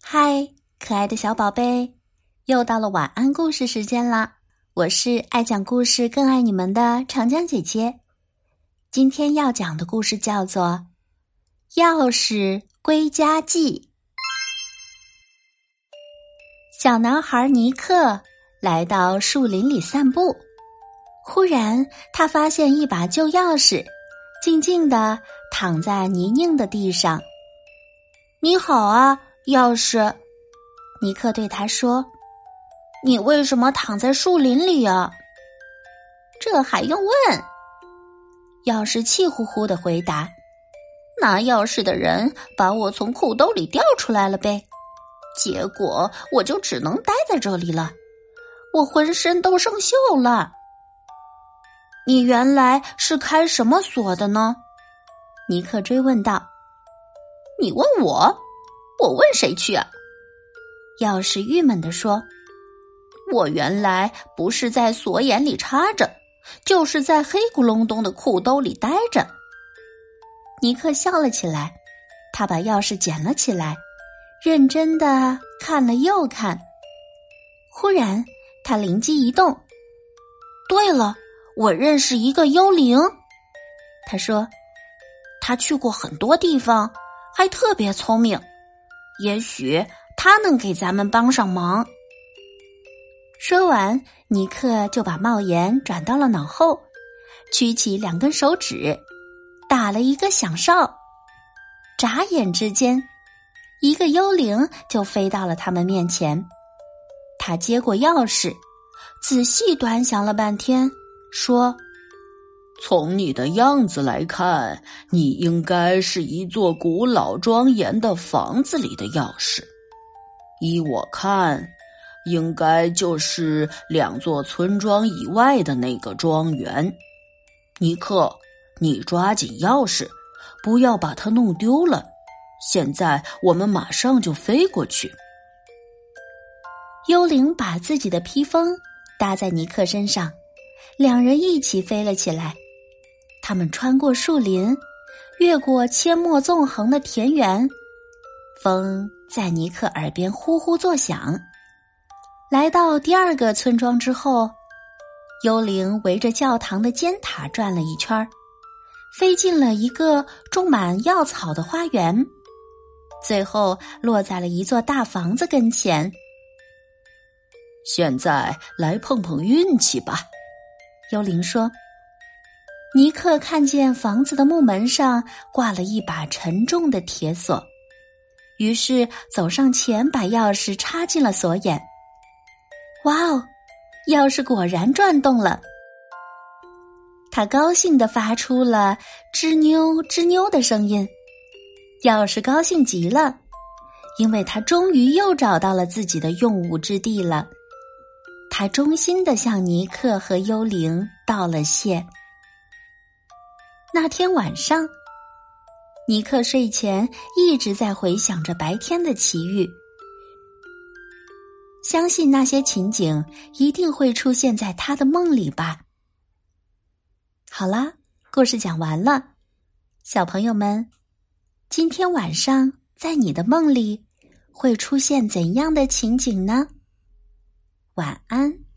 嗨，可爱的小宝贝，又到了晚安故事时间啦！我是爱讲故事更爱你们的长江姐姐。今天要讲的故事叫做《钥匙归家记》。小男孩尼克来到树林里散步，忽然他发现一把旧钥匙静静地躺在泥泞的地上。你好啊，钥匙，尼克对他说，你为什么躺在树林里啊？这还用问？钥匙气呼呼地回答，拿钥匙的人把我从裤兜里掉出来了呗，结果我就只能待在这里了，我浑身都生锈了。你原来是开什么锁的呢？尼克追问道。你问我？我问谁去啊？钥匙郁闷地说，我原来不是在锁眼里插着，就是在黑咕隆咚的裤兜里待着。尼克笑了起来，他把钥匙捡了起来，认真地看了又看。忽然他灵机一动，对了，我认识一个幽灵。他说，他去过很多地方，还特别聪明，也许他能给咱们帮上忙。说完，尼克就把帽檐转到了脑后，曲起2根手指，打了一个响哨。眨眼之间，一个幽灵就飞到了他们面前。他接过钥匙，仔细端详了半天，说， 从你的样子来看，你应该是一座古老庄严的房子里的钥匙。依我看，应该就是2座村庄以外的那个庄园。尼克，你抓紧钥匙，不要把它弄丢了。现在我们马上就飞过去。 幽灵把自己的披风搭在尼克身上，2人一起飞了起来。他们穿过树林，越过阡陌纵横的田园，风在尼克耳边呼呼作响。来到第2个村庄之后，幽灵围着教堂的尖塔转了一圈，飞进了一个种满药草的花园，最后落在了一座大房子跟前。 现在来碰碰运气吧， 幽灵说。尼克看见房子的木门上挂了一把沉重的铁锁，于是走上前把钥匙插进了锁眼。哇哦，钥匙果然转动了。他高兴地发出了吱扭吱扭的声音。钥匙高兴极了，因为他终于又找到了自己的用武之地了。他衷心地向尼克和幽灵道了谢。那天晚上，尼克睡前一直在回想着白天的奇遇，相信那些情景一定会出现在他的梦里吧。好啦，故事讲完了，小朋友们，今天晚上在你的梦里会出现怎样的情景呢？晚安。